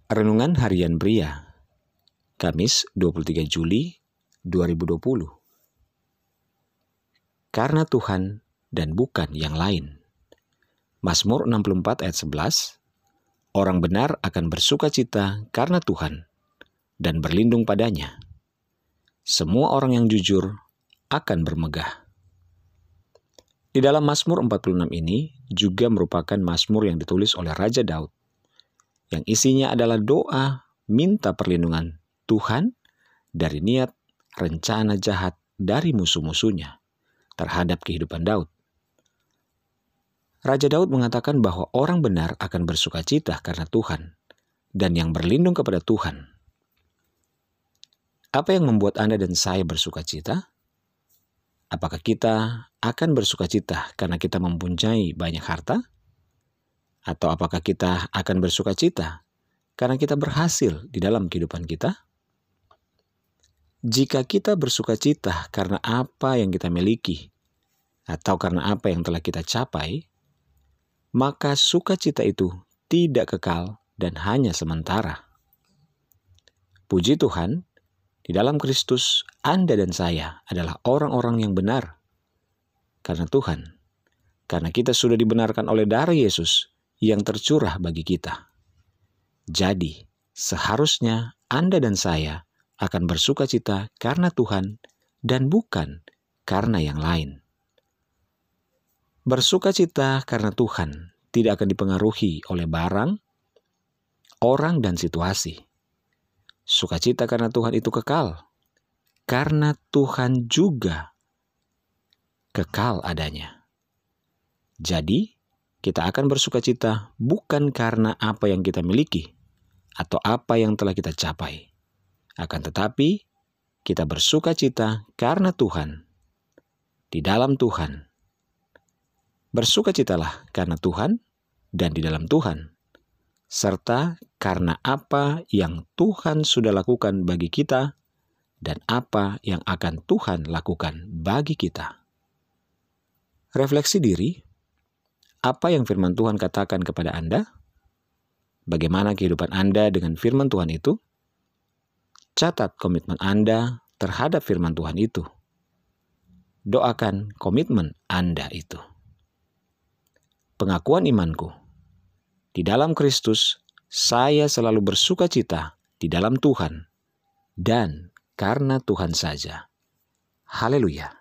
Renungan Harian Pria, Kamis 23 Juli 2020. Karena Tuhan dan bukan yang lain. Mazmur 64 ayat 11, orang benar akan bersukacita karena Tuhan dan berlindung padanya. Semua orang yang jujur akan bermegah. Di dalam Mazmur 46 ini juga merupakan mazmur yang ditulis oleh Raja Daud, yang isinya adalah doa minta perlindungan Tuhan dari niat rencana jahat dari musuh-musuhnya terhadap kehidupan Daud. Raja Daud mengatakan bahwa orang benar akan bersukacita karena Tuhan dan yang berlindung kepada Tuhan. Apa yang membuat Anda dan saya bersukacita? Apakah kita akan bersukacita karena kita mempunyai banyak harta? Atau apakah kita akan bersukacita karena kita berhasil di dalam kehidupan kita? Jika kita bersukacita karena apa yang kita miliki atau karena apa yang telah kita capai, maka sukacita itu tidak kekal dan hanya sementara. Puji Tuhan, di dalam Kristus Anda dan saya adalah orang-orang yang benar karena Tuhan, karena kita sudah dibenarkan oleh darah Yesus yang tercurah bagi kita. Jadi, seharusnya Anda dan saya akan bersukacita karena Tuhan dan bukan karena yang lain. Bersukacita karena Tuhan tidak akan dipengaruhi oleh barang, orang, dan situasi. Sukacita karena Tuhan itu kekal, karena Tuhan juga kekal adanya. Jadi, kita akan bersukacita bukan karena apa yang kita miliki atau apa yang telah kita capai. Akan tetapi, kita bersukacita karena Tuhan, di dalam Tuhan. Bersukacitalah karena Tuhan dan di dalam Tuhan, serta karena apa yang Tuhan sudah lakukan bagi kita dan apa yang akan Tuhan lakukan bagi kita. Refleksi diri. Apa yang firman Tuhan katakan kepada Anda? Bagaimana kehidupan Anda dengan firman Tuhan itu? Catat komitmen Anda terhadap firman Tuhan itu. Doakan komitmen Anda itu. Pengakuan imanku. Di dalam Kristus, saya selalu bersukacita di dalam Tuhan dan karena Tuhan saja. Haleluya.